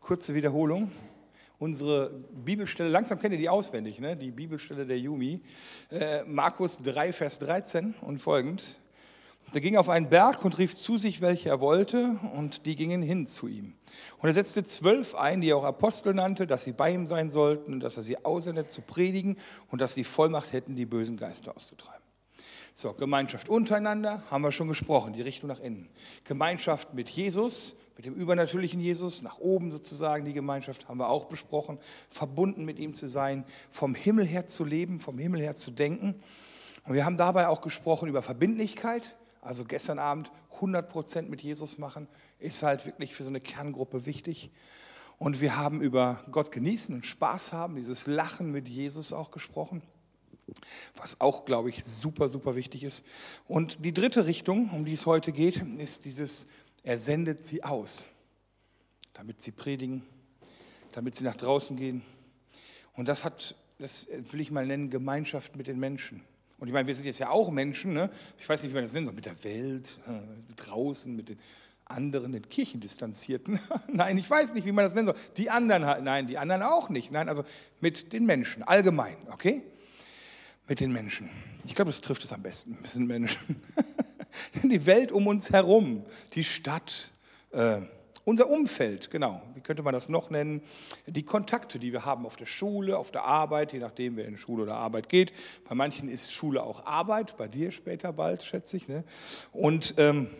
Kurze Wiederholung. Unsere Bibelstelle, langsam kennt ihr die auswendig, ne? Die Bibelstelle der Jumi. Markus 3, Vers 13 und folgend. Der ging auf einen Berg und rief zu sich, welche er wollte, und die gingen hin zu ihm. Und er setzte 12 ein, die er auch Apostel nannte, dass sie bei ihm sein sollten und dass er sie aussendet zu predigen und dass sie Vollmacht hätten, die bösen Geister auszutreiben. So, Gemeinschaft untereinander, haben wir schon gesprochen, die Richtung nach innen. Gemeinschaft mit Jesus, mit dem übernatürlichen Jesus, nach oben sozusagen die Gemeinschaft, haben wir auch besprochen. Verbunden mit ihm zu sein, vom Himmel her zu leben, vom Himmel her zu denken. Und wir haben dabei auch gesprochen über Verbindlichkeit. Also gestern Abend 100% mit Jesus machen, ist halt wirklich für so eine Kerngruppe wichtig. Und wir haben über Gott genießen und Spaß haben, dieses Lachen mit Jesus auch gesprochen. Was auch, glaube ich, super, super wichtig ist. Und die dritte Richtung, um die es heute geht, ist dieses, er sendet sie aus, damit sie predigen, damit sie nach draußen gehen. Und das will ich mal nennen, Gemeinschaft mit den Menschen. Und ich meine, wir sind jetzt ja auch Menschen, ne? Ich weiß nicht, wie man das nennen soll, mit der Welt, draußen, mit den anderen, den Kirchendistanzierten. Nein, ich weiß nicht, wie man das nennen soll. Die anderen, nein, die anderen auch nicht. Nein, also mit den Menschen, allgemein, okay? Mit den Menschen. Ich glaube, das trifft es am besten, mit den Menschen. Die Welt um uns herum, die Stadt, unser Umfeld, genau. Wie könnte man das noch nennen? Die Kontakte, die wir haben auf der Schule, auf der Arbeit, je nachdem, wer in Schule oder Arbeit geht. Bei manchen ist Schule auch Arbeit, bei dir später bald, schätze ich. Ne? Und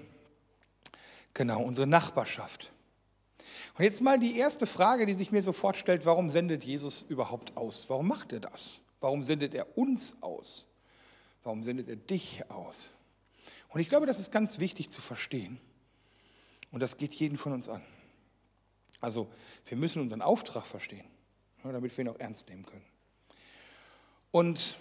genau, unsere Nachbarschaft. Und jetzt mal die erste Frage, die sich mir sofort stellt, warum sendet Jesus überhaupt aus? Warum macht er das? Warum sendet er uns aus? Warum sendet er dich aus? Und ich glaube, das ist ganz wichtig zu verstehen. Und das geht jeden von uns an. Also wir müssen unseren Auftrag verstehen, damit wir ihn auch ernst nehmen können. Und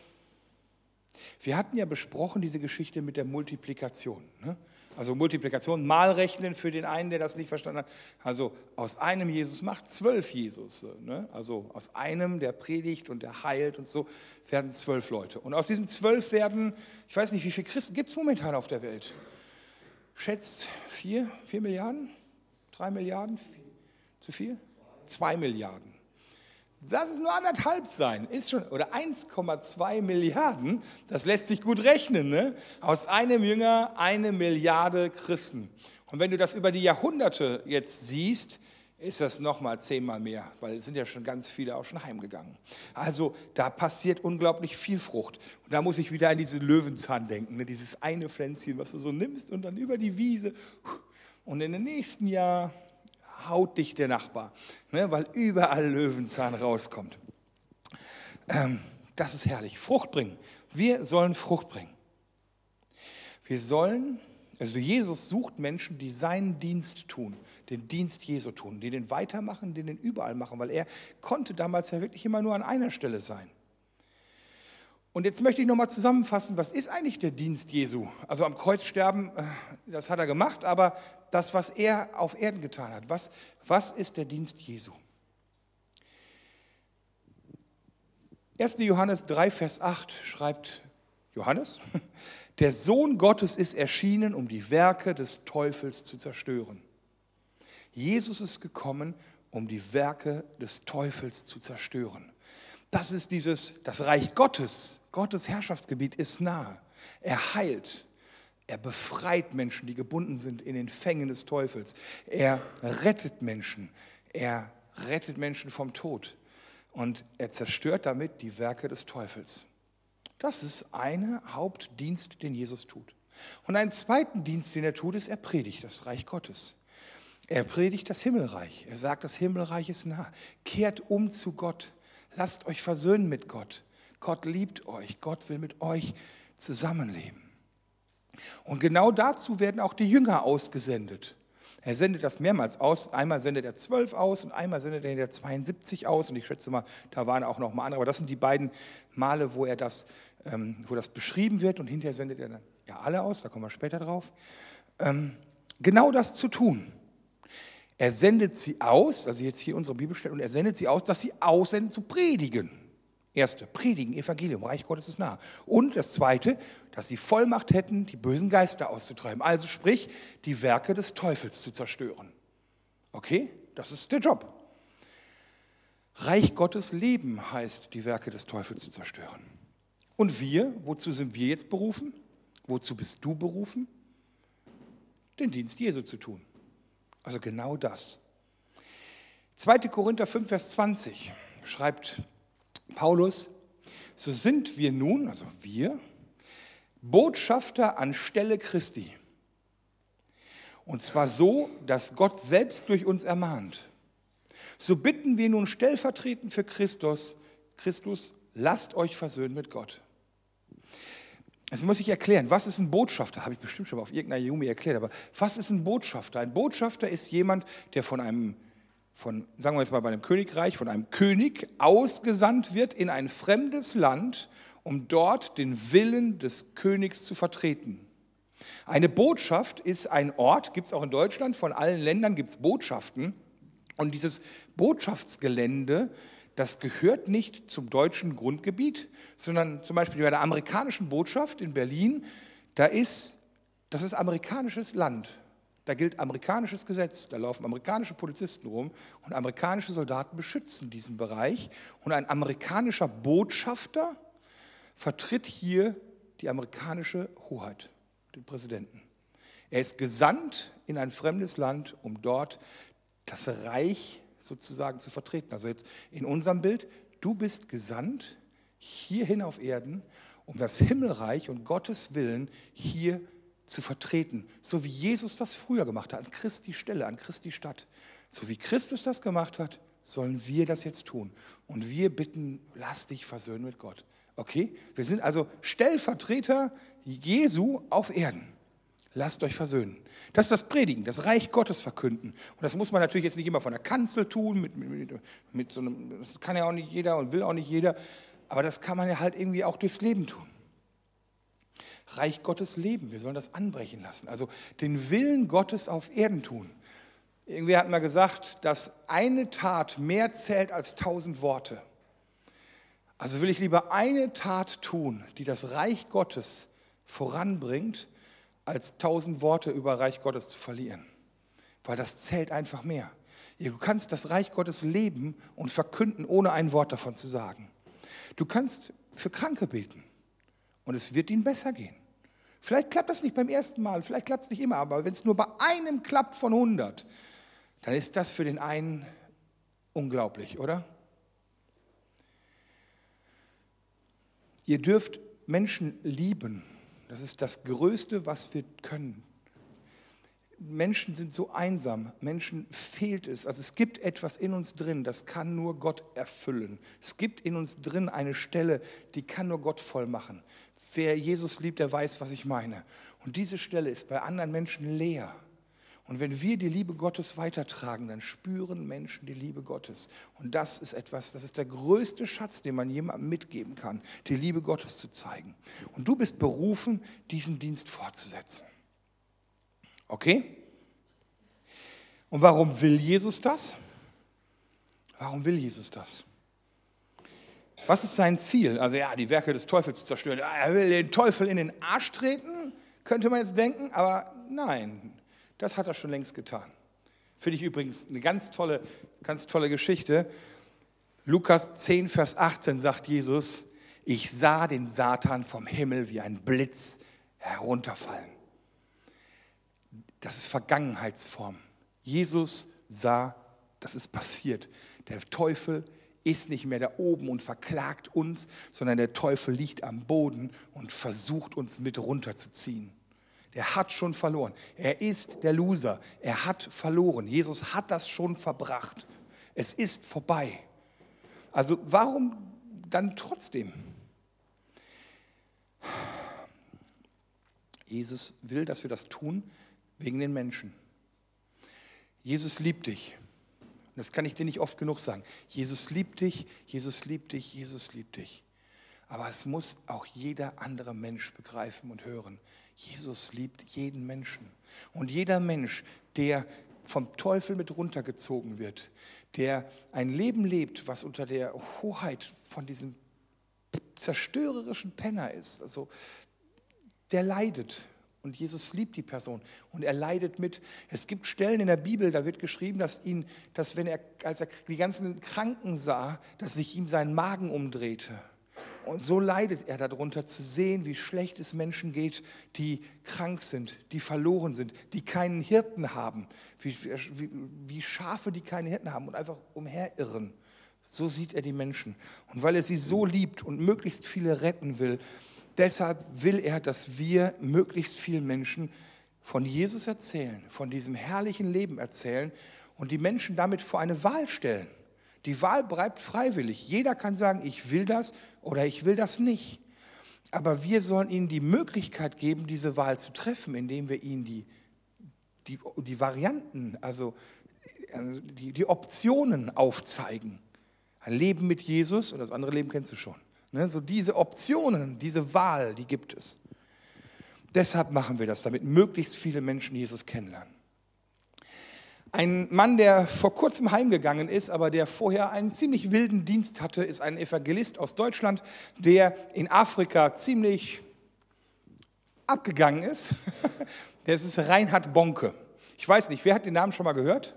wir hatten ja besprochen diese Geschichte mit der Multiplikation. Also Multiplikation, Malrechnen für den einen, der das nicht verstanden hat. Also aus einem Jesus macht 12 Jesus. Also aus einem, der predigt und der heilt und so, werden 12 Leute. Und aus diesen 12 werden, ich weiß nicht, wie viele Christen gibt es momentan auf der Welt? Schätzt 4 Milliarden? 3 Milliarden? Zu viel? 2 Milliarden. Lass es nur 1,5 sein, ist schon, oder 1,2 Milliarden, das lässt sich gut rechnen, ne? Aus einem Jünger 1 Milliarde Christen. Und wenn du das über die Jahrhunderte jetzt siehst, ist das nochmal 10-mal mehr, weil es sind ja schon ganz viele auch schon heimgegangen. Also da passiert unglaublich viel Frucht. Und da muss ich wieder an diese Löwenzahn denken, ne? Dieses eine Pflänzchen, was du so nimmst und dann über die Wiese. Und in den nächsten Jahr haut dich der Nachbar, ne, weil überall Löwenzahn rauskommt. Das ist herrlich. Frucht bringen. Wir sollen Frucht bringen. Also Jesus sucht Menschen, die seinen Dienst tun, den Dienst Jesu tun, die den weitermachen, den überall machen, weil er konnte damals ja wirklich immer nur an einer Stelle sein. Und jetzt möchte ich nochmal zusammenfassen, was ist eigentlich der Dienst Jesu? Also am Kreuz sterben, das hat er gemacht, aber das, was er auf Erden getan hat, was ist der Dienst Jesu? 1. Johannes 3, Vers 8 schreibt Johannes, der Sohn Gottes ist erschienen, um die Werke des Teufels zu zerstören. Jesus ist gekommen, um die Werke des Teufels zu zerstören. Das ist das Reich Gottes. Gottes Herrschaftsgebiet ist nahe. Er heilt. Er befreit Menschen, die gebunden sind in den Fängen des Teufels. Er rettet Menschen. Er rettet Menschen vom Tod. Und er zerstört damit die Werke des Teufels. Das ist ein Hauptdienst, den Jesus tut. Und einen zweiten Dienst, den er tut, ist, er predigt das Reich Gottes. Er predigt das Himmelreich. Er sagt, das Himmelreich ist nah. Kehrt um zu Gott. Lasst euch versöhnen mit Gott. Gott liebt euch. Gott will mit euch zusammenleben. Und genau dazu werden auch die Jünger ausgesendet. Er sendet das mehrmals aus. Einmal sendet er 12 aus und einmal sendet er 72 aus. Und ich schätze mal, da waren auch noch mal andere. Aber das sind die beiden Male, wo das beschrieben wird. Und hinterher sendet er dann ja alle aus. Da kommen wir später drauf. Genau das zu tun. Er sendet sie aus, also jetzt hier unsere Bibelstelle, und er sendet sie aus, dass sie aussenden zu predigen. Erste, predigen, Evangelium, Reich Gottes ist nah. Und das Zweite, dass sie Vollmacht hätten, die bösen Geister auszutreiben. Also sprich, die Werke des Teufels zu zerstören. Okay, das ist der Job. Reich Gottes leben heißt, die Werke des Teufels zu zerstören. Und wir, wozu sind wir jetzt berufen? Wozu bist du berufen? Den Dienst Jesu zu tun. Also genau das. 2. Korinther 5, Vers 20 schreibt Paulus, so sind wir nun, also wir, Botschafter anstelle Christi. Und zwar so, dass Gott selbst durch uns ermahnt. So bitten wir nun stellvertretend für Christus, lasst euch versöhnen mit Gott. Das muss ich erklären. Was ist ein Botschafter? Habe ich bestimmt schon mal auf irgendeiner Yumi erklärt. Aber was ist ein Botschafter? Ein Botschafter ist jemand, der sagen wir jetzt mal bei einem Königreich, von einem König ausgesandt wird in ein fremdes Land, um dort den Willen des Königs zu vertreten. Eine Botschaft ist ein Ort, gibt es auch in Deutschland, von allen Ländern gibt es Botschaften. Und dieses Botschaftsgelände, das gehört nicht zum deutschen Grundgebiet, sondern zum Beispiel bei der amerikanischen Botschaft in Berlin, das ist amerikanisches Land. Da gilt amerikanisches Gesetz, da laufen amerikanische Polizisten rum und amerikanische Soldaten beschützen diesen Bereich. Und ein amerikanischer Botschafter vertritt hier die amerikanische Hoheit, den Präsidenten. Er ist gesandt in ein fremdes Land, um dort das Reich sozusagen zu vertreten. Also jetzt in unserem Bild, du bist gesandt hierhin auf Erden, um das Himmelreich und Gottes Willen hier zu vertreten. So wie Jesus das früher gemacht hat, an Christi Stelle, an Christi Stadt. So wie Christus das gemacht hat, sollen wir das jetzt tun. Und wir bitten, lass dich versöhnen mit Gott. Okay? Wir sind also Stellvertreter Jesu auf Erden. Lasst euch versöhnen. Das ist das Predigen, das Reich Gottes verkünden. Und das muss man natürlich jetzt nicht immer von der Kanzel tun, mit so einem, das kann ja auch nicht jeder und will auch nicht jeder, aber das kann man ja halt irgendwie auch durchs Leben tun. Reich Gottes leben, wir sollen das anbrechen lassen, also den Willen Gottes auf Erden tun. Irgendwer hat mal gesagt, dass eine Tat mehr zählt als 1000 Worte. Also will ich lieber eine Tat tun, die das Reich Gottes voranbringt, als 1000 Worte über Reich Gottes zu verlieren. Weil das zählt einfach mehr. Du kannst das Reich Gottes leben und verkünden, ohne ein Wort davon zu sagen. Du kannst für Kranke beten und es wird ihnen besser gehen. Vielleicht klappt das nicht beim ersten Mal, vielleicht klappt es nicht immer, aber wenn es nur bei einem klappt von 100, dann ist das für den einen unglaublich, oder? Ihr dürft Menschen lieben. Das ist das Größte, was wir können. Menschen sind so einsam, Menschen fehlt es. Also es gibt etwas in uns drin, das kann nur Gott erfüllen. Es gibt in uns drin eine Stelle, die kann nur Gott voll machen. Wer Jesus liebt, der weiß, was ich meine. Und diese Stelle ist bei anderen Menschen leer. Und wenn wir die Liebe Gottes weitertragen, dann spüren Menschen die Liebe Gottes. Und das ist etwas, das ist der größte Schatz, den man jemandem mitgeben kann, die Liebe Gottes zu zeigen. Und du bist berufen, diesen Dienst fortzusetzen. Okay? Und warum will Jesus das? Warum will Jesus das? Was ist sein Ziel? Also ja, die Werke des Teufels zerstören. Er will den Teufel in den Arsch treten, könnte man jetzt denken, aber nein. Das hat er schon längst getan. Finde ich übrigens eine ganz tolle Geschichte. Lukas 10, Vers 18 sagt Jesus, ich sah den Satan vom Himmel wie ein Blitz herunterfallen. Das ist Vergangenheitsform. Jesus sah, das ist passiert. Der Teufel ist nicht mehr da oben und verklagt uns, sondern der Teufel liegt am Boden und versucht uns mit runterzuziehen. Der hat schon verloren. Er ist der Loser. Er hat verloren. Jesus hat das schon verbracht. Es ist vorbei. Also warum dann trotzdem? Jesus will, dass wir das tun wegen den Menschen. Jesus liebt dich. Und das kann ich dir nicht oft genug sagen. Jesus liebt dich, Jesus liebt dich, Jesus liebt dich. Aber es muss auch jeder andere Mensch begreifen und hören. Jesus liebt jeden Menschen. Und jeder Mensch, der vom Teufel mit runtergezogen wird, der ein Leben lebt, was unter der Hoheit von diesem zerstörerischen Penner ist, also der leidet Und Jesus liebt die Person und er leidet mit. Es gibt Stellen in der Bibel, da wird geschrieben, dass als er die ganzen Kranken sah, dass sich ihm sein Magen umdrehte. Und so leidet er darunter, zu sehen, wie schlecht es Menschen geht, die krank sind, die verloren sind, die keinen Hirten haben, wie Schafe, die keinen Hirten haben und einfach umherirren. So sieht er die Menschen. Und weil er sie so liebt und möglichst viele retten will, deshalb will er, dass wir möglichst vielen Menschen von Jesus erzählen, von diesem herrlichen Leben erzählen und die Menschen damit vor eine Wahl stellen. Die Wahl bleibt freiwillig. Jeder kann sagen, ich will das oder ich will das nicht. Aber wir sollen ihnen die Möglichkeit geben, diese Wahl zu treffen, indem wir ihnen die Varianten, also die Optionen aufzeigen. Ein Leben mit Jesus und das andere Leben kennst du schon. So diese Optionen, diese Wahl, die gibt es. Deshalb machen wir das, damit möglichst viele Menschen Jesus kennenlernen. Ein Mann, der vor kurzem heimgegangen ist, aber der vorher einen ziemlich wilden Dienst hatte, ist ein Evangelist aus Deutschland, der in Afrika ziemlich abgegangen ist. Das ist Reinhard Bonke. Ich weiß nicht, wer hat den Namen schon mal gehört?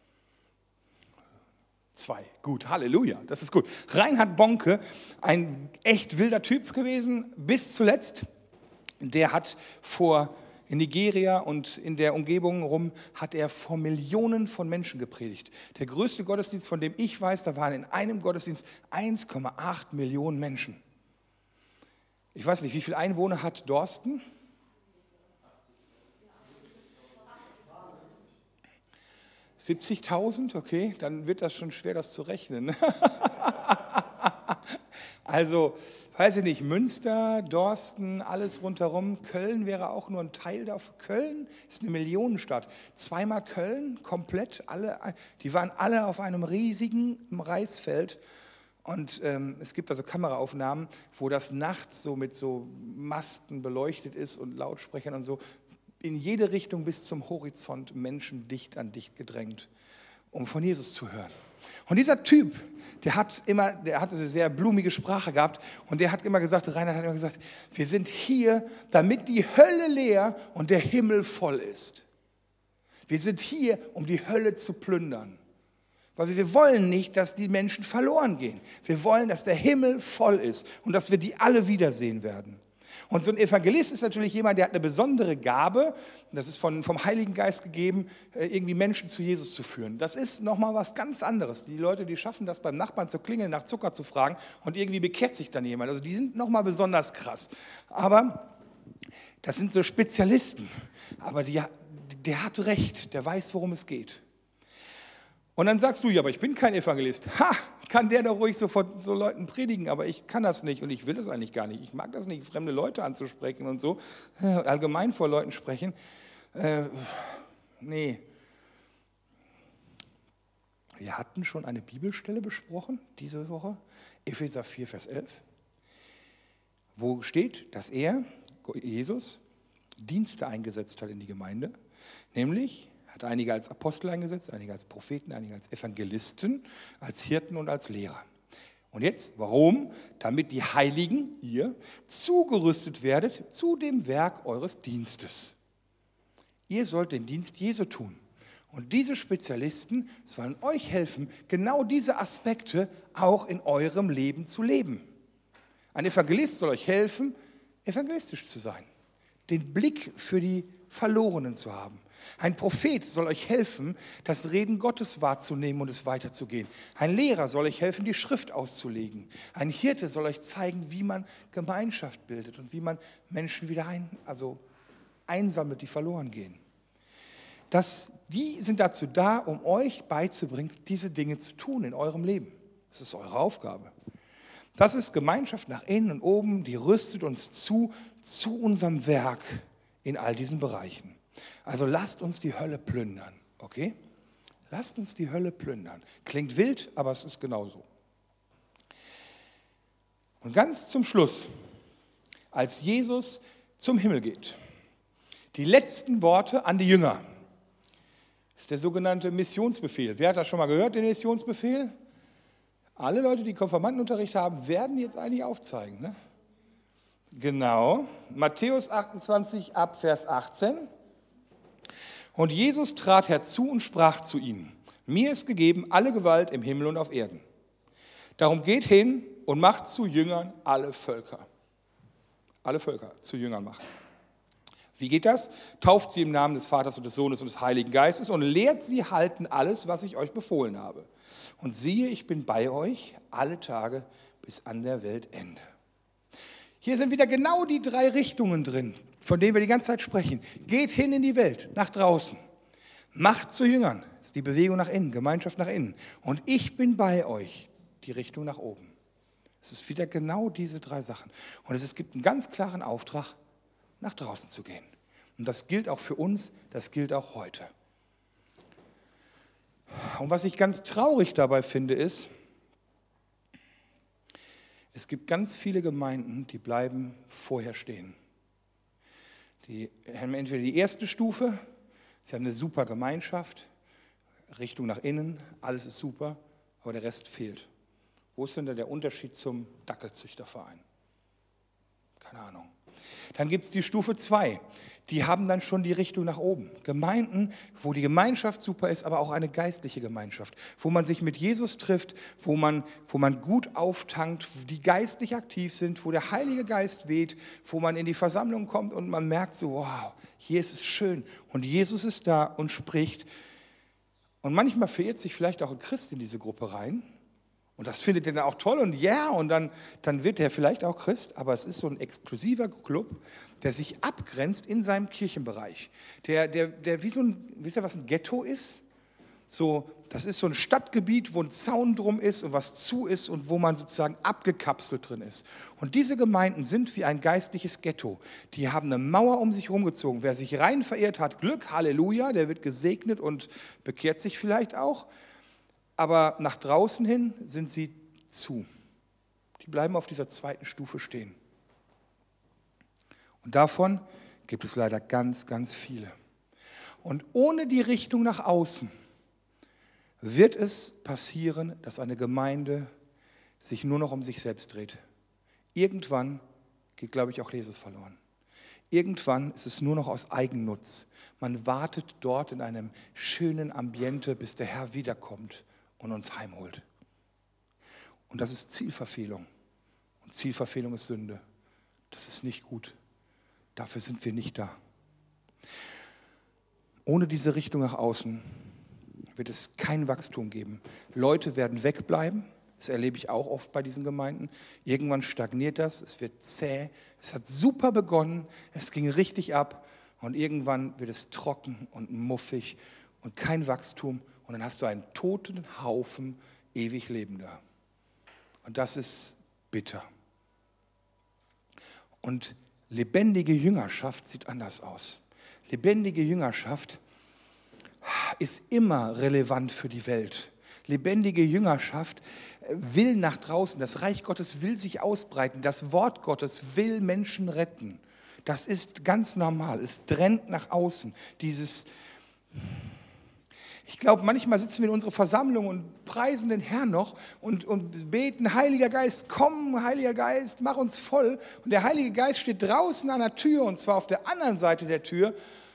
2. Gut, Halleluja, das ist gut. Reinhard Bonke, ein echt wilder Typ gewesen, bis zuletzt. Der hat in Nigeria und in der Umgebung rum hat er vor Millionen von Menschen gepredigt. Der größte Gottesdienst, von dem ich weiß, da waren in einem Gottesdienst 1,8 Millionen Menschen. Ich weiß nicht, wie viele Einwohner hat Dorsten? 70.000, okay, dann wird das schon schwer, das zu rechnen. Also, weiß ich nicht, Münster, Dorsten, alles rundherum. Köln wäre auch nur ein Teil davon. Köln ist eine Millionenstadt. Zweimal Köln, komplett, die waren alle auf einem riesigen Reisfeld. Und es gibt also Kameraaufnahmen, wo das nachts so mit so Masten beleuchtet ist und Lautsprechern und so. In jede Richtung bis zum Horizont Menschen dicht an dicht gedrängt, um von Jesus zu hören. Und dieser Typ, der hat eine sehr blumige Sprache gehabt und der hat immer gesagt, Reinhard hat immer gesagt, wir sind hier, damit die Hölle leer und der Himmel voll ist. Wir sind hier, um die Hölle zu plündern. Weil wir wollen nicht, dass die Menschen verloren gehen. Wir wollen, dass der Himmel voll ist und dass wir die alle wiedersehen werden. Und so ein Evangelist ist natürlich jemand, der hat eine besondere Gabe, das ist vom Heiligen Geist gegeben, irgendwie Menschen zu Jesus zu führen. Das ist nochmal was ganz anderes. Die Leute, die schaffen das, beim Nachbarn zu klingeln, nach Zucker zu fragen und irgendwie bekehrt sich dann jemand. Also die sind nochmal besonders krass. Aber das sind so Spezialisten. Aber der hat recht, der weiß, worum es geht. Und dann sagst du, ja, aber ich bin kein Evangelist. Kann der doch ruhig so vor so Leuten predigen, aber ich kann das nicht und ich will das eigentlich gar nicht. Ich mag das nicht, fremde Leute anzusprechen und so, allgemein vor Leuten sprechen. Nee. Wir hatten schon eine Bibelstelle besprochen diese Woche, Epheser 4, Vers 11, wo steht, dass Jesus, Dienste eingesetzt hat in die Gemeinde, nämlich hat einige als Apostel eingesetzt, einige als Propheten, einige als Evangelisten, als Hirten und als Lehrer. Und jetzt, warum? Damit die Heiligen, ihr, zugerüstet werdet zu dem Werk eures Dienstes. Ihr sollt den Dienst Jesu tun. Und diese Spezialisten sollen euch helfen, genau diese Aspekte auch in eurem Leben zu leben. Ein Evangelist soll euch helfen, evangelistisch zu sein, den Blick für die Verlorenen zu haben. Ein Prophet soll euch helfen, das Reden Gottes wahrzunehmen und es weiterzugehen. Ein Lehrer soll euch helfen, die Schrift auszulegen. Ein Hirte soll euch zeigen, wie man Gemeinschaft bildet und wie man Menschen wieder einsammelt, die verloren gehen. Die sind dazu da, um euch beizubringen, diese Dinge zu tun in eurem Leben. Das ist eure Aufgabe. Das ist Gemeinschaft nach innen und oben, die rüstet uns zu unserem Werk in all diesen Bereichen. Also lasst uns die Hölle plündern, okay? Lasst uns die Hölle plündern. Klingt wild, aber es ist genauso. Und ganz zum Schluss, als Jesus zum Himmel geht, die letzten Worte an die Jünger, ist der sogenannte Missionsbefehl. Wer hat das schon mal gehört, den Genau, Matthäus 28 ab Vers 18. Und Jesus trat herzu und sprach zu ihnen: Mir ist gegeben alle Gewalt im Himmel und auf Erden. Darum geht hin und macht zu Jüngern alle Völker. Alle Völker zu Jüngern machen. Wie geht das? Tauft sie im Namen des Vaters und des Sohnes und des Heiligen Geistes und lehrt sie halten alles, was ich euch befohlen habe. Und siehe, ich bin bei euch alle Tage bis an der Weltende. Hier sind wieder genau die 3 Richtungen drin, von denen wir die ganze Zeit sprechen. Geht hin in die Welt, nach draußen. Macht zu Jüngern. Das ist die Bewegung nach innen, Gemeinschaft nach innen. Und ich bin bei euch, die Richtung nach oben. Es ist wieder genau diese 3 Sachen. Und es gibt einen ganz klaren Auftrag, nach draußen zu gehen. Und das gilt auch für uns, das gilt auch heute. Und was ich ganz traurig dabei finde, ist, es gibt ganz viele Gemeinden, die bleiben vorher stehen. Die haben entweder die erste Stufe, sie haben eine super Gemeinschaft, Richtung nach innen, alles ist super, aber der Rest fehlt. Wo ist denn da der Unterschied zum Dackelzüchterverein? Keine Ahnung. Dann gibt es die Stufe 2, die haben dann schon die Richtung nach oben. Gemeinden, wo die Gemeinschaft super ist, aber auch eine geistliche Gemeinschaft, wo man sich mit Jesus trifft, wo man gut auftankt, die geistlich aktiv sind, wo der Heilige Geist weht, wo man in die Versammlung kommt und man merkt so, wow, hier ist es schön und Jesus ist da und spricht. Und manchmal verirrt sich vielleicht auch ein Christ in diese Gruppe rein. Und das findet er dann auch toll und ja, und dann wird er vielleicht auch Christ, aber es ist so ein exklusiver Club, der sich abgrenzt in seinem Kirchenbereich. Der wie so ein, wisst ihr, was ein Ghetto ist? So, das ist so ein Stadtgebiet, wo ein Zaun drum ist und was zu ist und wo man sozusagen abgekapselt drin ist. Und diese Gemeinden sind wie ein geistliches Ghetto. Die haben eine Mauer um sich rumgezogen. Wer sich rein verehrt hat, Glück, Halleluja, der wird gesegnet und bekehrt sich vielleicht auch. Aber nach draußen hin sind sie zu. Die bleiben auf dieser 2. Stufe stehen. Und davon gibt es leider ganz, ganz viele. Und ohne die Richtung nach außen wird es passieren, dass eine Gemeinde sich nur noch um sich selbst dreht. Irgendwann geht, glaube ich, auch Jesus verloren. Irgendwann ist es nur noch aus Eigennutz. Man wartet dort in einem schönen Ambiente, bis der Herr wiederkommt und uns heimholt. Und das ist Zielverfehlung. Und Zielverfehlung ist Sünde. Das ist nicht gut. Dafür sind wir nicht da. Ohne diese Richtung nach außen wird es kein Wachstum geben. Leute werden wegbleiben. Das erlebe ich auch oft bei diesen Gemeinden. Irgendwann stagniert das, es wird zäh. Es hat super begonnen, es ging richtig ab. Und irgendwann wird es trocken und muffig und kein Wachstum. Und dann hast du einen toten Haufen ewig Lebender. Und das ist bitter. Und lebendige Jüngerschaft sieht anders aus. Lebendige Jüngerschaft ist immer relevant für die Welt. Lebendige Jüngerschaft will nach draußen. Das Reich Gottes will sich ausbreiten. Das Wort Gottes will Menschen retten. Das ist ganz normal. Es drängt nach außen. Ich glaube, manchmal sitzen wir in unserer Versammlung und preisen den Herrn noch und beten, Heiliger Geist, komm, Heiliger Geist, mach uns voll. Und der Heilige Geist steht draußen an der Tür, und zwar auf der anderen Seite der Tür,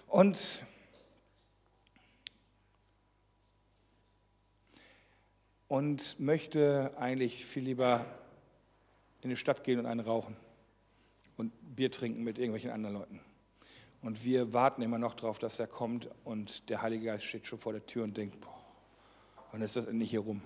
und möchte eigentlich viel lieber in die Stadt gehen und einen rauchen und Bier trinken mit irgendwelchen anderen Leuten. Und wir warten immer noch darauf, dass der kommt, und der Heilige Geist steht schon vor der Tür und denkt, boah, wann ist das endlich hier rum?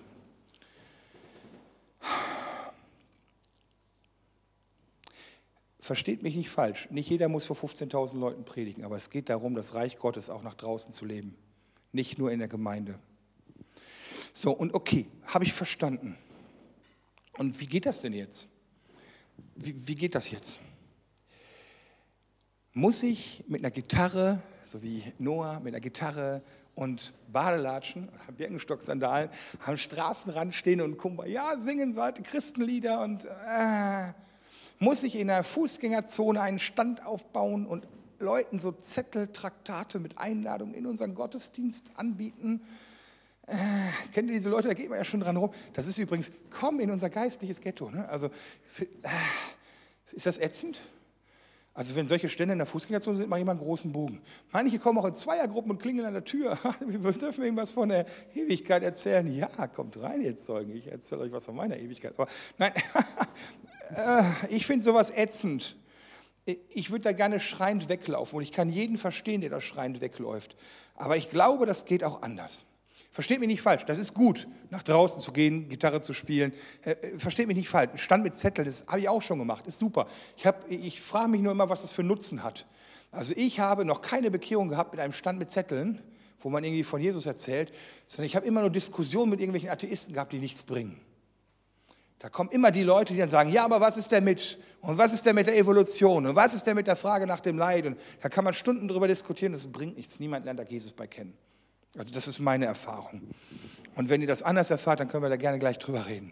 Versteht mich nicht falsch, nicht jeder muss vor 15.000 Leuten predigen, aber es geht darum, das Reich Gottes auch nach draußen zu leben, nicht nur in der Gemeinde. So, und okay, habe ich verstanden. Und wie geht das denn jetzt? Wie geht das jetzt? Muss ich mit einer Gitarre, so wie Noah, mit einer Gitarre und Badelatschen, Birkenstock-Sandalen am Straßenrand stehen und Kumbaya singen, so alte Christenlieder, und muss ich in der Fußgängerzone einen Stand aufbauen und Leuten so Zettel, Traktate mit Einladung in unseren Gottesdienst anbieten? Kennt ihr diese Leute, da geht man ja schon dran rum. Das ist übrigens, komm in unser geistliches Ghetto. Ne? Also, ist das ätzend? Also wenn solche Stände in der Fußgängerzone sind, mache ich immer einen großen Bogen. Manche kommen auch in Zweiergruppen und klingeln an der Tür. Wir dürfen irgendwas von der Ewigkeit erzählen. Ja, kommt rein, ihr Zeugen. Ich erzähle euch was von meiner Ewigkeit. Aber nein, ich finde sowas ätzend. Ich würde da gerne schreiend weglaufen und ich kann jeden verstehen, der da schreiend wegläuft. Aber ich glaube, das geht auch anders. Versteht mich nicht falsch, das ist gut, nach draußen zu gehen, Gitarre zu spielen. Versteht mich nicht falsch, Stand mit Zetteln, das habe ich auch schon gemacht, ist super. Ich frage mich nur immer, was das für Nutzen hat. Also ich habe noch keine Bekehrung gehabt mit einem Stand mit Zetteln, wo man irgendwie von Jesus erzählt, sondern ich habe immer nur Diskussionen mit irgendwelchen Atheisten gehabt, die nichts bringen. Da kommen immer die Leute, die dann sagen, ja, aber was ist denn mit? Und was ist denn mit der Evolution? Und was ist denn mit der Frage nach dem Leid? Und da kann man Stunden drüber diskutieren, das bringt nichts. Niemand lernt da Jesus bei kennen. Also das ist meine Erfahrung. Und wenn ihr das anders erfahrt, dann können wir da gerne gleich drüber reden.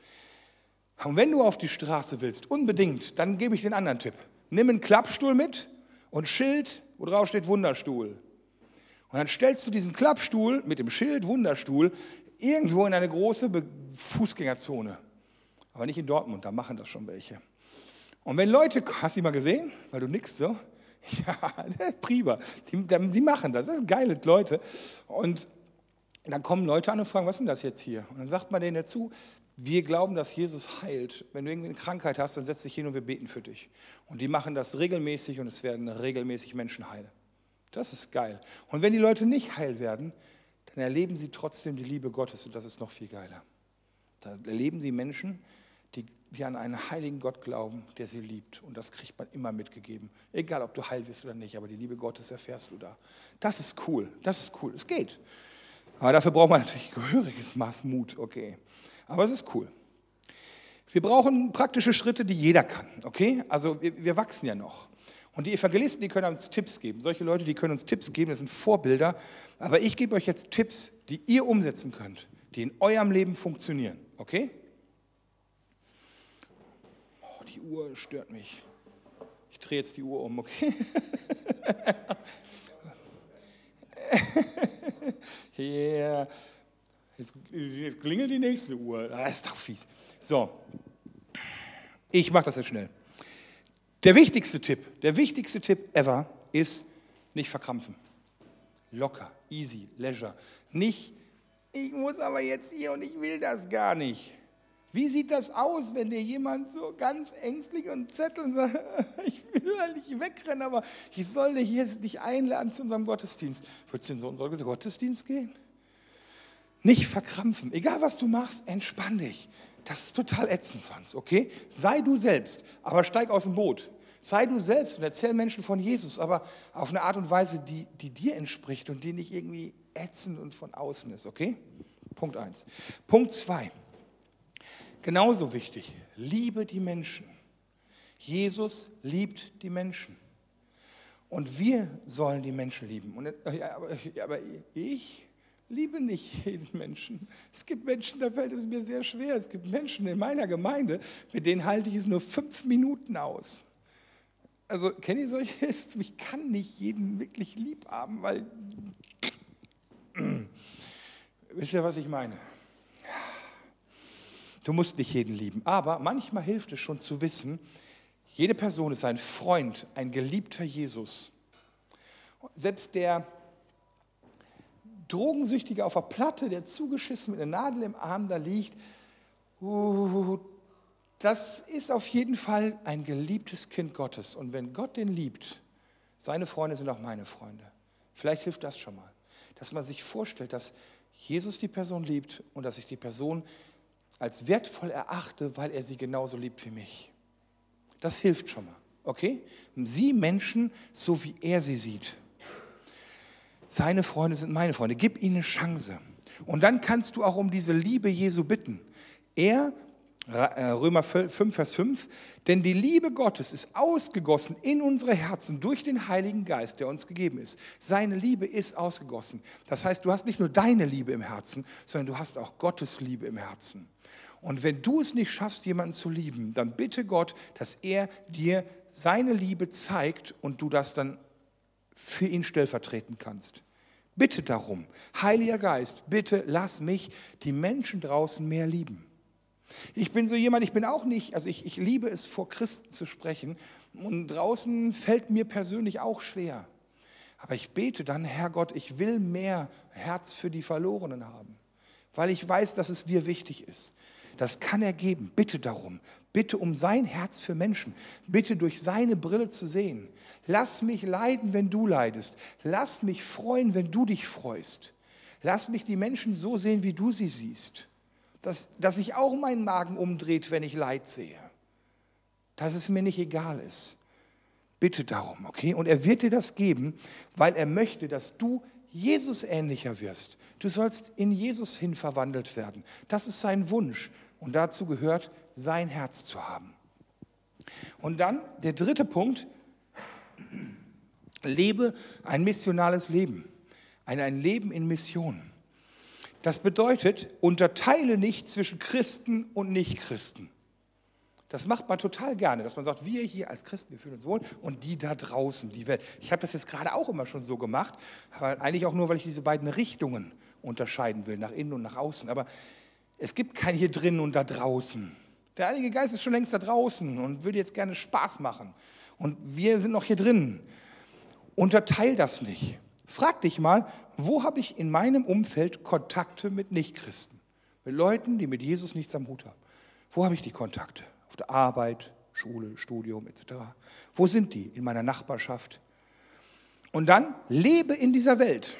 Und wenn du auf die Straße willst, unbedingt, dann gebe ich den anderen Tipp. Nimm einen Klappstuhl mit und ein Schild, wo drauf steht Wunderstuhl. Und dann stellst du diesen Klappstuhl mit dem Schild Wunderstuhl irgendwo in eine große Fußgängerzone. Aber nicht in Dortmund, da machen das schon welche. Und wenn Leute, hast du die mal gesehen? Weil du nickst so. Ja, das ist prima. Die machen das sind geile Leute. Und dann kommen Leute an und fragen, was ist denn das jetzt hier? Und dann sagt man denen dazu, wir glauben, dass Jesus heilt. Wenn du irgendwie eine Krankheit hast, dann setz dich hin und wir beten für dich. Und die machen das regelmäßig und es werden regelmäßig Menschen heil. Das ist geil. Und wenn die Leute nicht heil werden, dann erleben sie trotzdem die Liebe Gottes und das ist noch viel geiler. Da erleben sie Menschen, die an einen heiligen Gott glauben, der sie liebt. Und das kriegt man immer mitgegeben. Egal, ob du heil bist oder nicht, aber die Liebe Gottes erfährst du da. Das ist cool, es geht. Aber dafür braucht man natürlich gehöriges Maß Mut, okay. Aber es ist cool. Wir brauchen praktische Schritte, die jeder kann, okay. Also wir wachsen ja noch. Und die Evangelisten, die können uns Tipps geben. Solche Leute, die können uns Tipps geben, das sind Vorbilder. Aber ich gebe euch jetzt Tipps, die ihr umsetzen könnt, die in eurem Leben funktionieren, okay. Die Uhr stört mich. Ich drehe jetzt die Uhr um, okay? Yeah. Jetzt klingelt die nächste Uhr. Das ist doch fies. So, ich mache das jetzt schnell. Der wichtigste Tipp ever ist, nicht verkrampfen. Locker, easy, leisure. Nicht, ich muss aber jetzt hier und ich will das gar nicht. Wie sieht das aus, wenn dir jemand so ganz ängstlich und Zettel sagt, ich will eigentlich wegrennen, aber ich soll dich jetzt nicht einladen zu unserem Gottesdienst. Würdest du in so unseren Gottesdienst gehen? Nicht verkrampfen. Egal, was du machst, entspann dich. Das ist total ätzend sonst, okay? Sei du selbst, aber steig aus dem Boot. Sei du selbst und erzähl Menschen von Jesus, aber auf eine Art und Weise, die dir entspricht und die nicht irgendwie ätzend und von außen ist, okay? Punkt 1. Punkt 2. Genauso wichtig, liebe die Menschen. Jesus liebt die Menschen. Und wir sollen die Menschen lieben. Aber ich liebe nicht jeden Menschen. Es gibt Menschen, da fällt es mir sehr schwer. Es gibt Menschen in meiner Gemeinde, mit denen halte ich es nur 5 Minuten aus. Also, kennt ihr solche? Ich kann nicht jeden wirklich lieb haben, weil... Wisst ihr, was ich meine? Du musst nicht jeden lieben, aber manchmal hilft es schon zu wissen, jede Person ist ein Freund, ein geliebter Jesus. Selbst der Drogensüchtige auf der Platte, der zugeschissen mit einer Nadel im Arm da liegt, das ist auf jeden Fall ein geliebtes Kind Gottes. Und wenn Gott den liebt, seine Freunde sind auch meine Freunde. Vielleicht hilft das schon mal, dass man sich vorstellt, dass Jesus die Person liebt und dass ich die Person als wertvoll erachte, weil er sie genauso liebt wie mich. Das hilft schon mal, okay? Sieh Menschen so, wie er sie sieht. Seine Freunde sind meine Freunde. Gib ihnen eine Chance. Und dann kannst du auch um diese Liebe Jesu bitten. Römer 5, Vers 5, denn die Liebe Gottes ist ausgegossen in unsere Herzen durch den Heiligen Geist, der uns gegeben ist. Seine Liebe ist ausgegossen. Das heißt, du hast nicht nur deine Liebe im Herzen, sondern du hast auch Gottes Liebe im Herzen. Und wenn du es nicht schaffst, jemanden zu lieben, dann bitte Gott, dass er dir seine Liebe zeigt und du das dann für ihn stellvertreten kannst. Bitte darum, Heiliger Geist, bitte lass mich die Menschen draußen mehr lieben. Ich bin so jemand, ich bin auch nicht, also ich liebe es, vor Christen zu sprechen. Und draußen fällt mir persönlich auch schwer. Aber ich bete dann, Herr Gott, ich will mehr Herz für die Verlorenen haben, weil ich weiß, dass es dir wichtig ist. Das kann er geben. Bitte darum. Bitte um sein Herz für Menschen. Bitte durch seine Brille zu sehen. Lass mich leiden, wenn du leidest. Lass mich freuen, wenn du dich freust. Lass mich die Menschen so sehen, wie du sie siehst. Dass sich auch mein Magen umdreht, wenn ich Leid sehe. Dass es mir nicht egal ist. Bitte darum, okay? Und er wird dir das geben, weil er möchte, dass du Jesus ähnlicher wirst. Du sollst in Jesus hin verwandelt werden. Das ist sein Wunsch. Und dazu gehört, sein Herz zu haben. Und dann der dritte Punkt, lebe ein missionales Leben. Ein Leben in Mission. Das bedeutet, unterteile nicht zwischen Christen und Nichtchristen. Das macht man total gerne, dass man sagt, wir hier als Christen, wir fühlen uns wohl und die da draußen, die Welt. Ich habe das jetzt gerade auch immer schon so gemacht, aber eigentlich auch nur, weil ich diese beiden Richtungen unterscheiden will, nach innen und nach außen. Aber es gibt kein hier drinnen und da draußen. Der Heilige Geist ist schon längst da draußen und würde jetzt gerne Spaß machen. Und wir sind noch hier drin. Unterteil das nicht. Frag dich mal, wo habe ich in meinem Umfeld Kontakte mit Nichtchristen? Mit Leuten, die mit Jesus nichts am Hut haben. Wo habe ich die Kontakte? Auf der Arbeit, Schule, Studium etc. Wo sind die? In meiner Nachbarschaft. Und dann lebe in dieser Welt.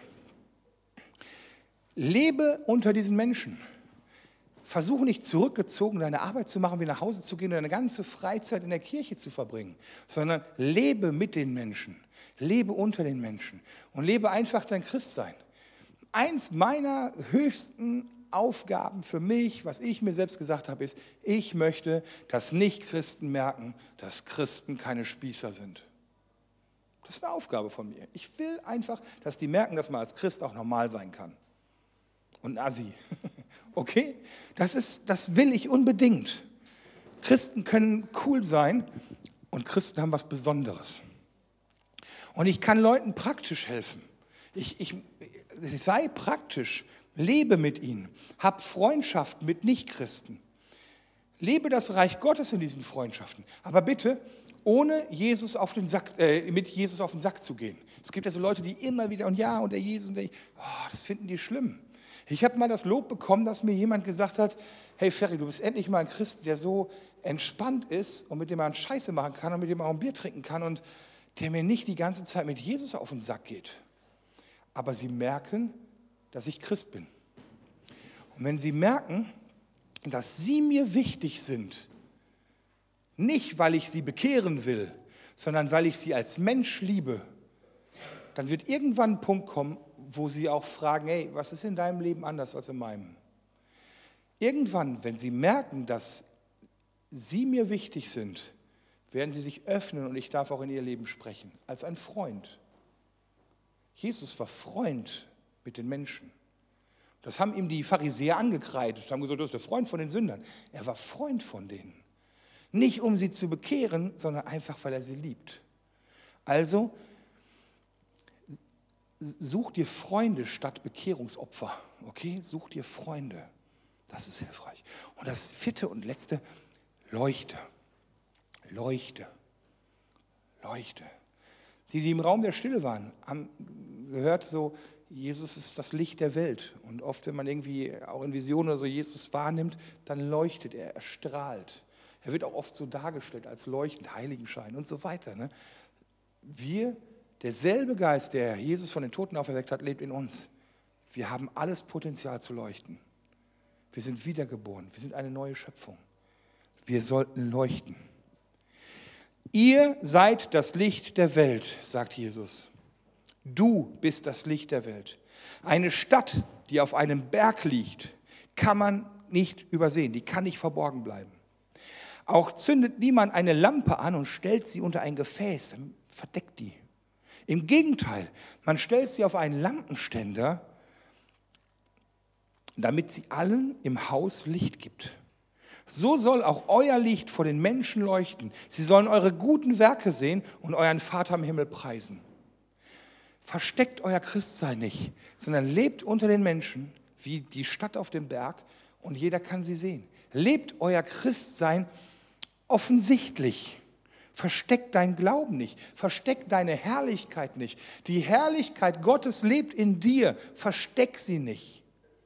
Lebe unter diesen Menschen. Versuche nicht zurückgezogen deine Arbeit zu machen, wie nach Hause zu gehen und deine ganze Freizeit in der Kirche zu verbringen, sondern lebe mit den Menschen. Lebe unter den Menschen und lebe einfach dein Christsein. Eins meiner höchsten Aufgaben für mich, was ich mir selbst gesagt habe, ist, ich möchte, dass Nichtchristen merken, dass Christen keine Spießer sind. Das ist eine Aufgabe von mir. Ich will einfach, dass die merken, dass man als Christ auch normal sein kann. Und Assi. Okay? Das will ich unbedingt. Christen können cool sein und Christen haben was Besonderes. Und ich kann Leuten praktisch helfen. Ich sei praktisch. Lebe mit ihnen, hab Freundschaft mit Nichtchristen. Lebe das Reich Gottes in diesen Freundschaften. Aber bitte, ohne mit Jesus auf den Sack zu gehen. Es gibt ja so Leute, die immer wieder und der Jesus und das finden die schlimm. Ich habe mal das Lob bekommen, dass mir jemand gesagt hat, hey Ferry, du bist endlich mal ein Christ, der so entspannt ist und mit dem man Scheiße machen kann und mit dem man auch ein Bier trinken kann und der mir nicht die ganze Zeit mit Jesus auf den Sack geht. Aber sie merken, dass ich Christ bin. Und wenn sie merken, dass sie mir wichtig sind, nicht weil ich sie bekehren will, sondern weil ich sie als Mensch liebe, dann wird irgendwann ein Punkt kommen, wo sie auch fragen, hey, was ist in deinem Leben anders als in meinem? Irgendwann, wenn sie merken, dass sie mir wichtig sind, werden sie sich öffnen und ich darf auch in ihr Leben sprechen, als ein Freund. Jesus war Freund mit den Menschen. Das haben ihm die Pharisäer angekreidet, haben gesagt, das ist der Freund von den Sündern. Er war Freund von denen. Nicht um sie zu bekehren, sondern einfach, weil er sie liebt. Also, such dir Freunde statt Bekehrungsopfer. Okay, such dir Freunde. Das ist hilfreich. Und das vierte und letzte, leuchte. Leuchte. Leuchte. Die im Raum der Stille waren, haben gehört so, Jesus ist das Licht der Welt. Und oft, wenn man irgendwie auch in Visionen oder so Jesus wahrnimmt, dann leuchtet er, er strahlt. Er wird auch oft so dargestellt als leuchtend, Heiligenschein und so weiter. Ne? Derselbe Geist, der Jesus von den Toten auferweckt hat, lebt in uns. Wir haben alles Potenzial zu leuchten. Wir sind wiedergeboren, wir sind eine neue Schöpfung. Wir sollten leuchten. Ihr seid das Licht der Welt, sagt Jesus. Du bist das Licht der Welt. Eine Stadt, die auf einem Berg liegt, kann man nicht übersehen, die kann nicht verborgen bleiben. Auch zündet niemand eine Lampe an und stellt sie unter ein Gefäß, dann verdeckt die. Im Gegenteil, man stellt sie auf einen Lampenständer, damit sie allen im Haus Licht gibt. So soll auch euer Licht vor den Menschen leuchten. Sie sollen eure guten Werke sehen und euren Vater im Himmel preisen. Versteckt euer Christsein nicht, sondern lebt unter den Menschen wie die Stadt auf dem Berg und jeder kann sie sehen. Lebt euer Christsein offensichtlich. Versteck deinen Glauben nicht, versteck deine Herrlichkeit nicht. Die Herrlichkeit Gottes lebt in dir, versteck sie nicht.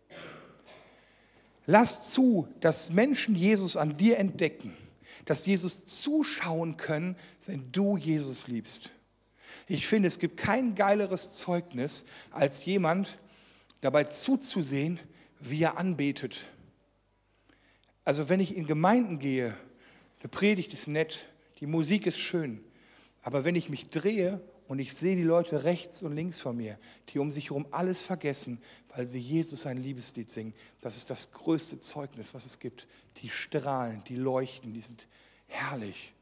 Lass zu, dass Menschen Jesus an dir entdecken, dass Jesus zuschauen können, wenn du Jesus liebst. Ich finde, es gibt kein geileres Zeugnis, als jemand dabei zuzusehen, wie er anbetet. Also wenn ich in Gemeinden gehe, die Predigt ist nett, die Musik ist schön, aber wenn ich mich drehe und ich sehe die Leute rechts und links von mir, die um sich herum alles vergessen, weil sie Jesus ein Liebeslied singen, das ist das größte Zeugnis, was es gibt. Die strahlen, die leuchten, die sind herrlich,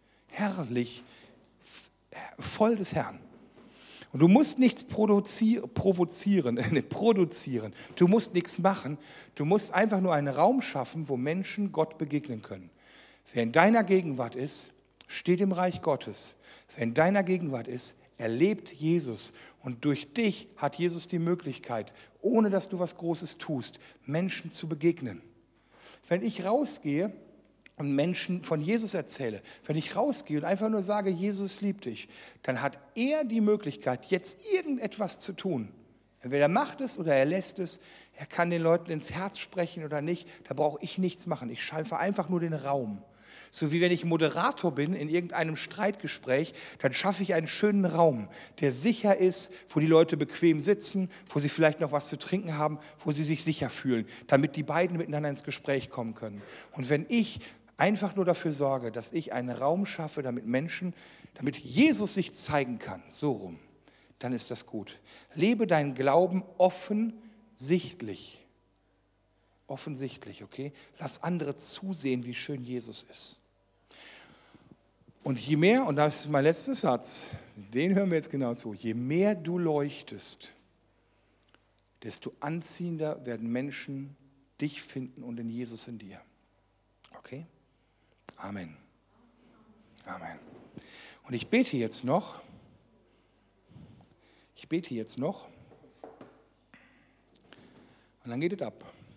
voll des Herrn. Und du musst nichts produzieren. Du musst nichts machen. Du musst einfach nur einen Raum schaffen, wo Menschen Gott begegnen können. Wer in deiner Gegenwart ist, steht im Reich Gottes. Wer in deiner Gegenwart ist, erlebt Jesus. Und durch dich hat Jesus die Möglichkeit, ohne dass du was Großes tust, Menschen zu begegnen. Wenn ich rausgehe und Menschen von Jesus erzähle, wenn ich rausgehe und einfach nur sage, Jesus liebt dich, dann hat er die Möglichkeit, jetzt irgendetwas zu tun. Entweder er macht es oder er lässt es. Er kann den Leuten ins Herz sprechen oder nicht. Da brauche ich nichts machen. Ich schaffe einfach nur den Raum. So wie wenn ich Moderator bin in irgendeinem Streitgespräch, dann schaffe ich einen schönen Raum, der sicher ist, wo die Leute bequem sitzen, wo sie vielleicht noch was zu trinken haben, wo sie sich sicher fühlen, damit die beiden miteinander ins Gespräch kommen können. Und wenn ich einfach nur dafür sorge, dass ich einen Raum schaffe, damit Jesus sich zeigen kann, so rum, dann ist das gut. Lebe deinen Glauben offensichtlich. Offensichtlich, okay? Lass andere zusehen, wie schön Jesus ist. Und je mehr, und das ist mein letzter Satz, den hören wir jetzt genau zu, je mehr du leuchtest, desto anziehender werden Menschen dich finden und in Jesus in dir. Okay? Amen. Amen. Und ich bete jetzt noch. Und dann geht es ab.